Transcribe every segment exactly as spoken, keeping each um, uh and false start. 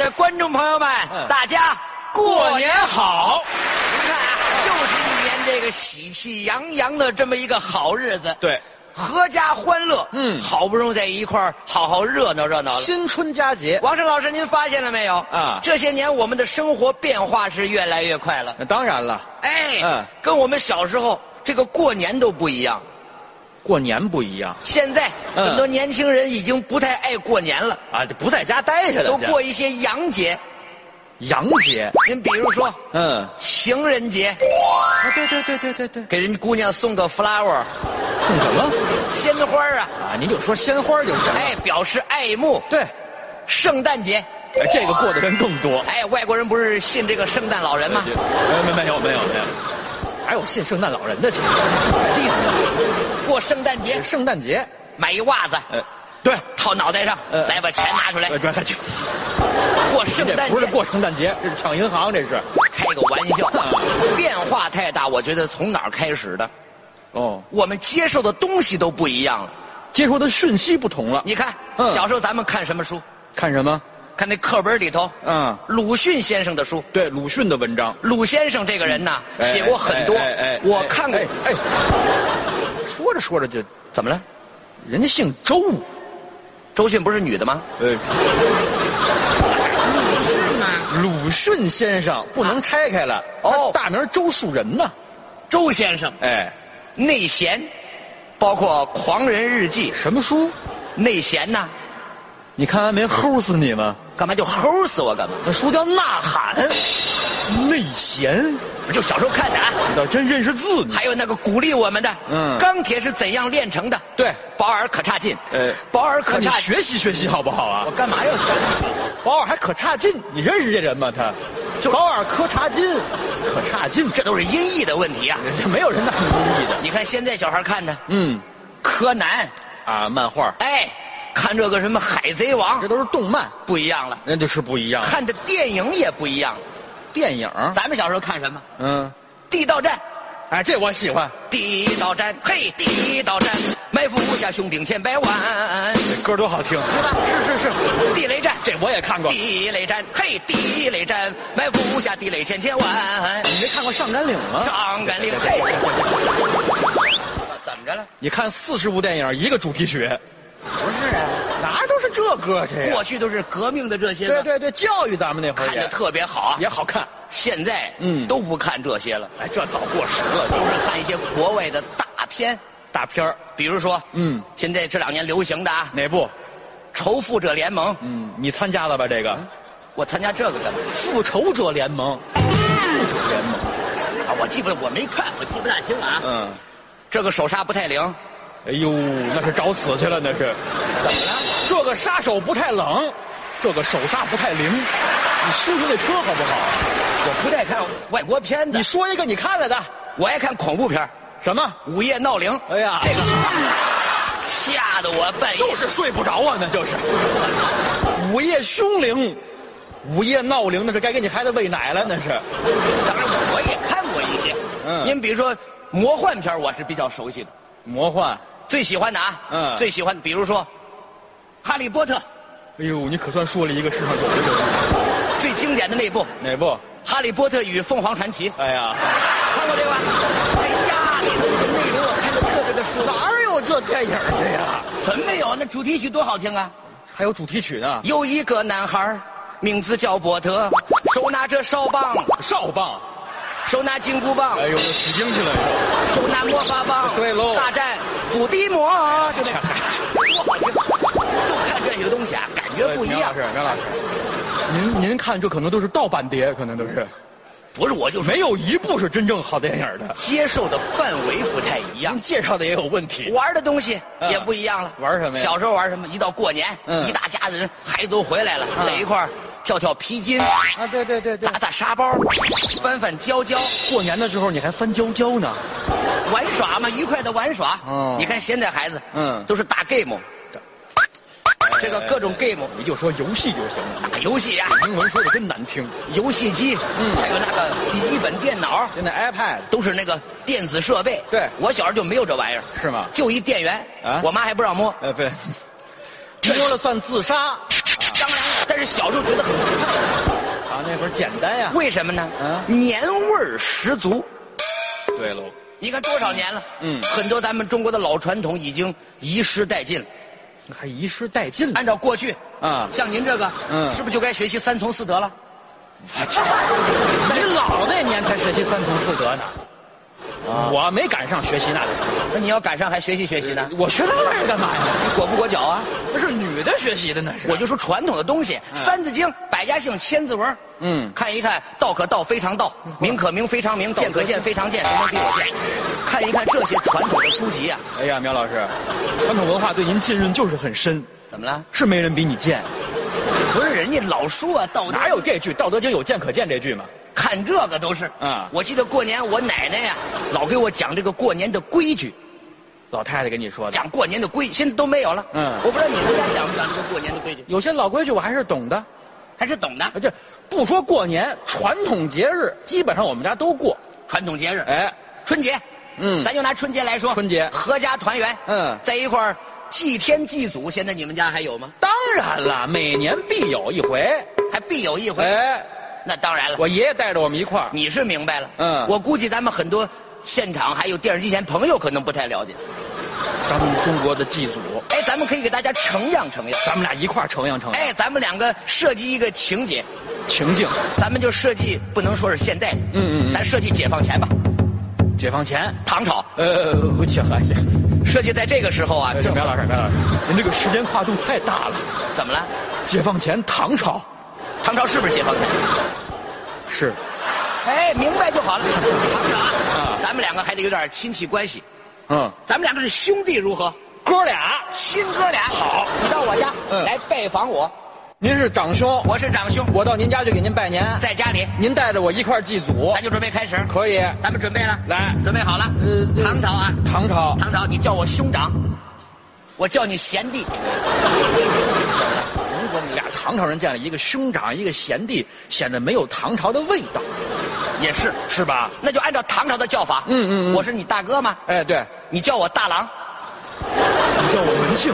位观众朋友们， 嗯、 大家过年好！ 你看啊，又是一年这个喜气洋洋的这么一个好日子。 对。 阖家欢乐， 嗯， 好不容易在一块儿好好热闹热闹了。 新春佳节， 王胜老师，您发现了没有啊？ 这些年我们的生活变化是越来越快了。 那当然了， 哎， 嗯， 跟我们小时候这个过年都不一样。 过年不一样， 现在、嗯、很多年轻人已经不太爱过年了啊，就不在家待着了， 都过一些洋节。 洋节， 您比如说， 嗯， 情人节， 啊，对对对对对对， 给人姑娘送个 flower， 送什么？ 鲜花啊！ 啊，您就说鲜花就行。 哎，表示爱慕。 对， 圣诞节， 哎，这个过的人更多。 哎，外国人不是信这个圣诞老人吗？ 没没有没有没有，还有信圣诞老人的，太厉害了。 过圣诞节， 圣诞节买一袜子， 呃，对， 套脑袋上，呃、来把钱拿出来。 呃、 过圣诞节不是过圣诞节，这是抢银行，这是开个玩笑。变化太大，我觉得从哪儿开始的？ 哦， 我们接受的东西都不一样了， 接受的讯息不同了。 你看， 嗯、 小时候咱们看什么书？ 看什么？ 看那课本里头， 嗯， 鲁迅先生的书。 对，鲁迅的文章。 鲁先生这个人呐， 嗯、 写过很多。 哎哎哎哎、 我看过。 哎，哎说着说着就怎么了？ 人家姓周。 周迅不是女的吗？ 呃， 鲁迅啊， 鲁迅先生不能拆开了。 哦， 大名周树人呢。 周先生， 哎， 内弦，包括《狂人日记》。 什么书？ 内弦呐。 你看完没？齁死你吗？ 干嘛就齁死我干嘛？ 那书叫《呐喊》。内弦， 我就小时候看的啊。 你倒真认识字呢。 还有那个鼓励我们的， 嗯， 钢铁是怎样炼成的？ 对， 保尔可差劲。 呃， 保尔可差劲。 学习学习好不好啊？ 我干嘛要学？ 保尔还可差劲，你认识这人吗？他，就保尔柯察金，可差劲， 这都是音译的问题啊！ 这没有人那么音译的。 你看现在小孩看的， 嗯， 柯南啊，漫画， 哎。看这个什么海贼王， 这都是动漫， 不一样了， 那就是不一样。 看的电影也不一样了， 电影， 咱们小时候看什么？ 嗯， 地道战， 哎，这我喜欢。 地道战，嘿，地道战，埋伏下雄兵千百万。 这歌多好听， 是吧？ 是是是。 地雷战， 这我也看过。 地雷战，嘿，地雷战，埋伏下地雷千千万。 你没看过《上甘岭》吗？ 上甘岭，嘿，怎么着了？ 你看四十部电影，一个主题曲。 不是啊， 哪都是这歌去。 过去都是革命的这些。 对对对，教育咱们那会儿看着特别好啊， 也好看。 现在嗯都不看这些了， 哎，这早过时了， 都是看一些国外的大片。 大片儿， 比如说， 嗯， 现在这两年流行的啊， 哪部？ 仇富者联盟。 嗯，你参加了吧？这个，嗯、 我参加这个干嘛？ 复仇者联盟。复仇联盟啊，我记不，我没看，我记不大清啊。 嗯， 这个手刹不太灵。 哎呦，那是找死去了，那是。 怎么了？ 这个杀手不太冷，这个手刹不太灵。你修修那车好不好？ 我不太看外国片子。 你说一个你看了的。 我爱看恐怖片。 什么？ 午夜闹铃。 哎呀， 这个好，吓得我半夜就是睡不着啊，那就是。午夜凶铃，午夜闹铃，那是该给你孩子喂奶了，那是。 当然，我也看过一些。嗯，您比如说魔幻片，我是比较熟悉的。 魔幻最喜欢的啊，嗯，最喜欢，比如说《哈利波特》。 哎呦，你可算说了一个世上有的人。 最经典的那部哪部？《 哈利波特与凤凰传奇》。 哎呀， 看过这个吧？哎呀，里头的内容我看的特别的舒服。 哪有这电影的呀？ 怎么没有？那主题曲多好听啊！ 还有主题曲呢。 有一个男孩，名字叫波特，手拿着哨棒， 哨棒。 手拿金箍棒， 哎呦，取经去了又。手拿魔法棒， 对喽， 大战伏地魔，就那多好听！就看这些东西啊，感觉不一样。 是张老师，您您看这可能都是盗版碟，可能都是。 不是，我就没有一部是真正好电影的。 接受的范围不太一样， 介绍的也有问题， 玩的东西也不一样了。 玩什么呀？ 小时候玩什么？一到过年，一大家子人，孩子都回来了，在一块儿。跳跳皮筋啊，对对对对， 打打沙包，翻翻胶胶。 过年的时候你还翻胶胶呢， 玩耍嘛，愉快的玩耍。哦，你看现在孩子，嗯，都是打 game，这个各种 game， 你就说游戏就行了。 打游戏呀， 英文说的真难听。 游戏机，嗯，还有那个笔记本电脑， 现在 iPad 都是那个电子设备。 对， 我小时候就没有这玩意儿， 是吗？ 就一电源啊，我妈还不让摸。 呃，对，摸了算自杀。 当然了。 但是小时候觉得很快乐。 啊，那会儿简单呀。 为什么呢？ 嗯， 年味儿十足。 对喽。 你看多少年了？ 嗯， 很多咱们中国的老传统已经遗失殆尽了。 还遗失殆尽了。 按照过去啊， 像您这个，嗯，是不是就该学习三从四德了？ 我去，你老那年才学习三从四德呢。啊，我没赶上学习那个时候。 那你要赶上还学习学习呢？ 我学那玩意儿干嘛呀？ 你裹不裹脚啊？ 那是女的学习的，那是。 我就说传统的东西，嗯《三字经》《百家姓》《千字文》，嗯，看一看，道可道非常道，名可名非常名，见可见非常见，谁能比我见？看一看这些传统的书籍啊！ 哎呀，苗老师，传统文化对您浸润就是很深。 怎么了？ 是没人比你见。 不是人家老说啊，道哪有这句《道德经》有见可见这句吗？ 看这个都是啊！ 我记得过年我奶奶呀，老给我讲这个过年的规矩。 老太太跟你说的。 讲过年的规，现在都没有了。嗯，我不知道你们家讲不讲这个过年的规矩？ 有些老规矩我还是懂的， 还是懂的。 这不说过年，传统节日基本上我们家都过。 传统节日， 哎， 春节，嗯，咱就拿春节来说， 春节合家团圆，嗯，在一块儿祭天祭祖。现在你们家还有吗？ 当然了，每年必有一回， 还必有一回。 哎。 那当然了， 我爷爷带着我们一块儿。 你是明白了， 嗯， 我估计咱们很多现场还有电视机前朋友可能不太了解， 咱们中国的祭祖。 哎，咱们可以给大家承样承样， 咱们俩一块儿承样承样。 哎，咱们两个设计一个情节， 情境， 咱们就设计不能说是现代的，嗯嗯，咱设计解放前吧。 解放前， 唐朝。 呃，我去哈去。 设计在这个时候啊， 郑苗老师，苗老师，您这个时间跨度太大了。 怎么了？ 解放前，唐朝。 唐朝是不是解放前？ 是。 哎，明白就好了。唐朝啊，咱们两个还得有点亲戚关系。嗯，咱们两个是兄弟如何？ 哥俩， 亲哥俩。 好， 你到我家、嗯、来拜访我。 您是长兄， 我是长兄， 我到您家去给您拜年， 在家里， 您带着我一块祭祖， 咱就准备开始。 可以， 咱们准备了， 来， 准备好了。呃，唐朝啊， 唐朝， 唐朝，你叫我兄长，我叫你贤弟。 您说你俩唐朝人见了一个兄长，一个贤弟，显得没有唐朝的味道， 也是， 是吧？ 那就按照唐朝的叫法。 嗯嗯嗯， 我是你大哥吗？ 哎，对， 你叫我大郎， 你叫我文庆。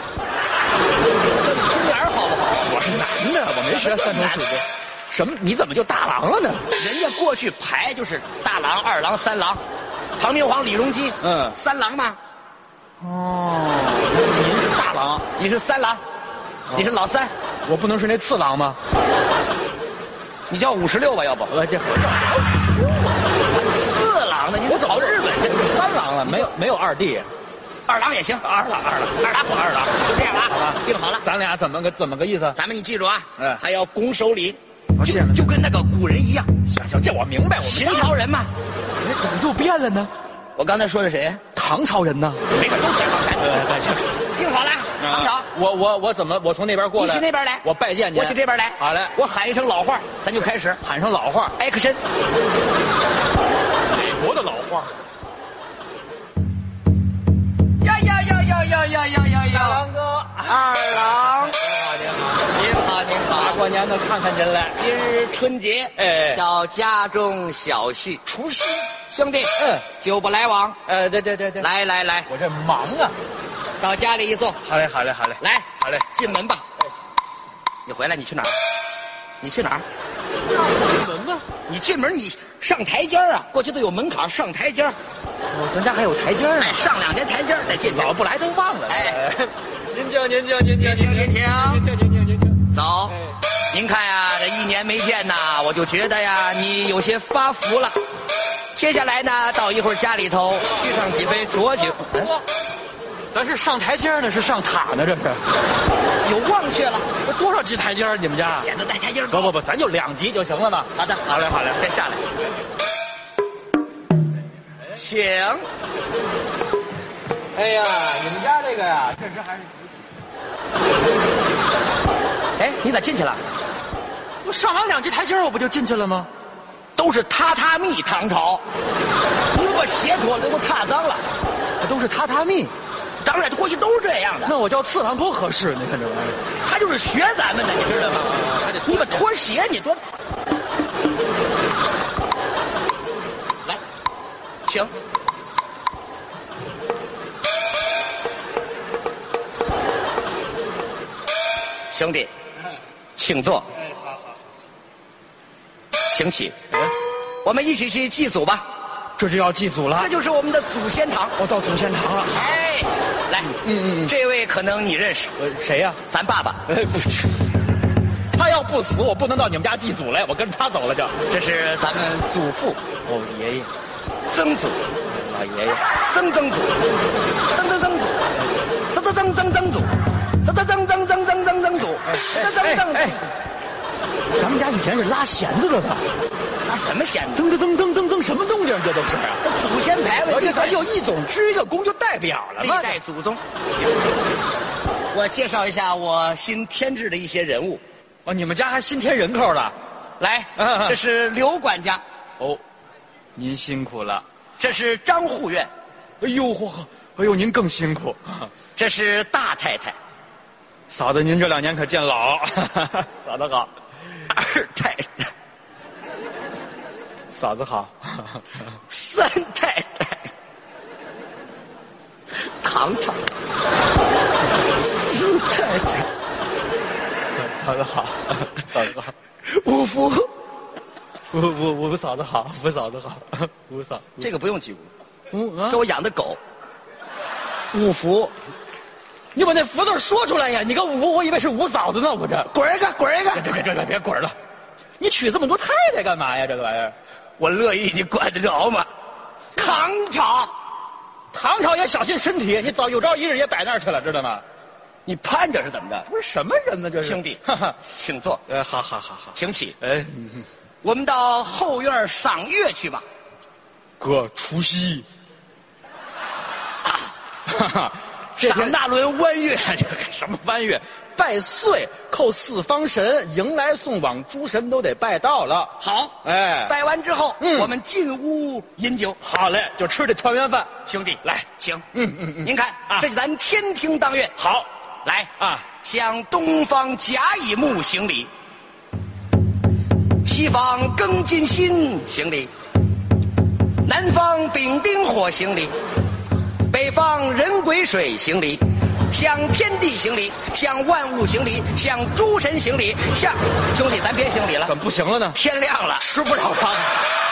中眼好不好？ 我是男的，我没学三从四德。什么？你怎么就大郎了呢？ 人家过去排就是大郎、二郎、三郎，唐明皇李隆基，嗯，三郎嘛。 哦，您是大郎， 你是三郎，你是老三， 我不能是那次郎吗？ 你叫五十六吧，要不？ 我这我叫啥五十六啊？四郎呢？你跑日本去？ 三郎了，没有没有二弟。 二郎也行， 二郎二郎二郎不二郎，就这样了，好吧，定好了。 咱俩怎么个怎么个意思？ 咱们你记住啊，嗯，还要拱手礼， 就就跟那个古人一样。 行行，这我明白，我秦朝人嘛， 你怎么又变了呢？ 我刚才说的谁？ 唐朝人呢？ 没事，都解放前。对对，定好了，唐朝。 我我我怎么我从那边过来？ 你去那边来， 我拜见你。 我去这边来。 好嘞， 我喊一声老话，咱就开始喊声老话。 Action。 美国的老话。 呀呀呀呀呀呀呀呀呀！ 大郎哥， 二郎， 您好您好您好您好， 大过年的看看您来。 今日春节，哎，叫家中小婿， 除夕， 兄弟，嗯，久不来往， 呃，对对对对， 来来来， 我这忙啊， 到家里一坐， 好嘞好嘞好嘞， 来， 好嘞， 进门吧。你回来，你去哪儿？你去哪儿？ 进门吧。 你进门，你上台阶啊！过去都有门槛，上台阶。 哦，咱家还有台阶呢。 哎，上两天台阶再进去。 老不来都忘了。 哎， 您请您请您请您请您请您请您请请走。您看呀，这一年没见呐，我就觉得呀，你有些发福了。接下来呢，到一会儿家里头续上几杯浊酒。 咱是上台阶呢，是上塔呢？这是有忘却了。 这多少级台阶？你们家显得带台阶高。不不不，咱就两级就行了嘛。 好的， 好嘞好嘞， 先下来。请。 哎呀，你们家这个呀，确实还是。 哎，你咋进去了？ 我上完两级台阶，我不就进去了吗？ 都是榻榻米唐朝，你给我鞋脱了，给我踏脏了。 都是榻榻米。 当然，过去都是这样的。 那我叫次郎多合适，你看这玩意儿。 他就是学咱们的，你知道吗？你把拖鞋，你多。来，请。兄弟， 请坐。 哎，好好。 请起。 嗯， 我们一起去祭祖吧。 这就要祭祖了。 这就是我们的祖先堂。 我到祖先堂了。 哎，来， 嗯嗯嗯， 这位可能你认识。 呃，谁呀？ 咱爸爸。 哎，不是。他要不死，我不能到你们家祭祖来，我跟着他走了就。 这是咱们祖父。 哦，爷爷。 曾祖。 老爷爷。 曾曾祖。曾曾曾祖。曾曾曾曾曾祖。曾曾曾曾曾曾曾曾祖。曾曾曾。 哎，咱们家以前是拉弦子的吧？ 拉什么弦子？ 曾曾曾曾曾曾什么动静？这都是啊！ 祖先牌位， 而且咱有一种居一个功就代表了历嘛。 代祖宗。我介绍一下我新添置的一些人物。 哦，你们家还新添人口了？ 来， 嗯这是刘管家。 哦，您辛苦了。 这是张护院。 哎呦嚯，哎呦您更辛苦。 这是大太太。 嫂子，您这两年可见老。嫂子好。 二太太。 嫂子好。 三太太。堂堂。四太太。 嫂子好。嫂子好。 五福。 五五五嫂子好，五嫂子好，五嫂。 这个不用记住。 嗯啊， 这我养的狗。 五福。你把那福字说出来呀！你个五福，我以为是五嫂子呢，我这滚一个，滚一个！ 别别别别别滚了！你娶这么多太太干嘛呀？这个玩意儿， 我乐意，你管得着吗？唐朝， 唐朝也小心身体，你早有朝一日也摆那儿去了，知道吗？ 你盼着是怎么着？ 不是什么人呢？这是兄弟， 哈哈， 请坐。 呃，好好好好， 请起。 哎， 我们到后院赏月去吧。 哥，除夕。 啊， 哈哈。 赏那轮弯月， 这什么弯月？拜岁，叩四方神，迎来送往，诸神都得拜到了。 好， 哎， 拜完之后， 嗯， 我们进屋饮酒。 好嘞，就吃这团圆饭。 兄弟，来，请。 嗯嗯嗯， 您看， 啊， 这是咱天庭当月。 好， 来啊， 向东方甲乙木行礼，西方庚金辛行礼，南方丙丁火行礼。北方人癸水行礼，向天地行礼，向万物行礼，向诸神行礼，向兄弟，咱别行礼了， 怎么不行了呢？ 天亮了， 吃不了饭。